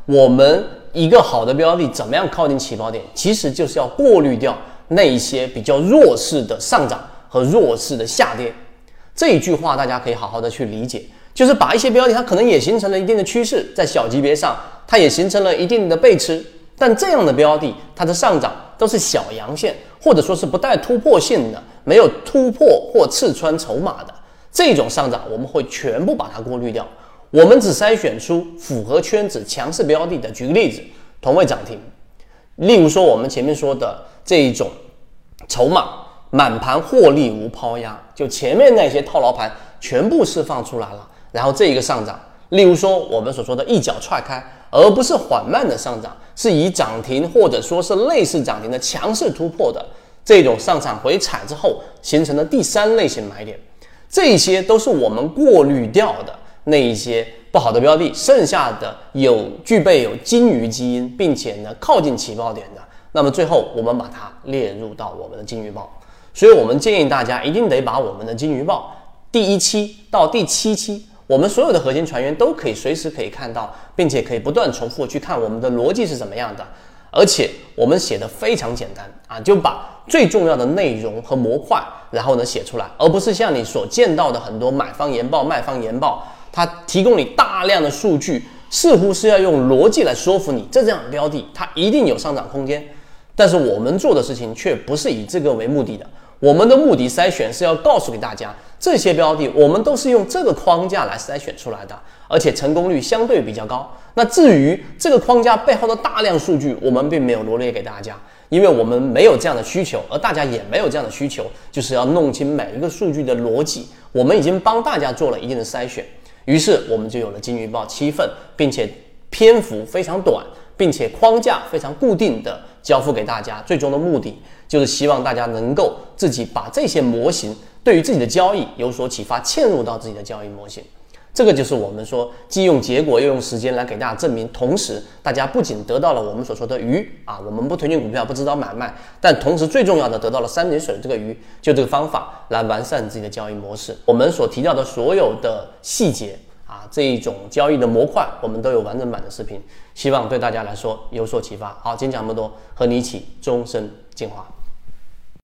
我们一个好的标的怎么样靠近起跑点，其实就是要过滤掉那一些比较弱势的上涨和弱势的下跌。这一句话大家可以好好的去理解，就是把一些标的它可能也形成了一定的趋势，在小级别上它也形成了一定的背驰，但这样的标的它的上涨都是小阳线，或者说是不带突破性的，没有突破或刺穿筹码的这种上涨，我们会全部把它过滤掉，我们只筛选出符合圈子强势标的的。举个例子，同位涨停，例如说我们前面说的这一种筹码满盘获利无抛压，就前面那些套牢盘全部释放出来了，然后这一个上涨，例如说我们所说的一脚踹开，而不是缓慢的上涨，是以涨停或者说是类似涨停的强势突破的这种上场回踩之后形成的第三类型买点，这些都是我们过滤掉的那一些不好的标的，剩下的具备有金鱼基因，并且呢靠近起爆点的，那么最后我们把它列入到我们的金鱼报。所以我们建议大家一定得把我们的金鱼报第1期到第7期，我们所有的核心船员都可以随时可以看到，并且可以不断重复去看我们的逻辑是怎么样的，而且我们写的非常简单啊，就把最重要的内容和模块然后呢写出来，而不是像你所见到的很多买方研报卖方研报，它提供你大量的数据，似乎是要用逻辑来说服你这样的标的它一定有上涨空间，但是我们做的事情却不是以这个为目的的。我们的目的筛选是要告诉给大家，这些标的我们都是用这个框架来筛选出来的，而且成功率相对比较高。那至于这个框架背后的大量数据，我们并没有罗列给大家，因为我们没有这样的需求，而大家也没有这样的需求，就是要弄清每一个数据的逻辑。我们已经帮大家做了一定的筛选，于是我们就有了金鱼报7份，并且篇幅非常短，并且框架非常固定的交付给大家。最终的目的就是希望大家能够自己把这些模型对于自己的交易有所启发，嵌入到自己的交易模型。这个就是我们说既用结果又用时间来给大家证明，同时大家不仅得到了我们所说的鱼啊，我们不推荐股票，不指导买卖，但同时最重要的得到了3点水的这个鱼，就这个方法来完善自己的交易模式。我们所提到的所有的细节啊，这一种交易的模块，我们都有完整版的视频，希望对大家来说有所启发。好，今天讲这么多，和你一起终身进化。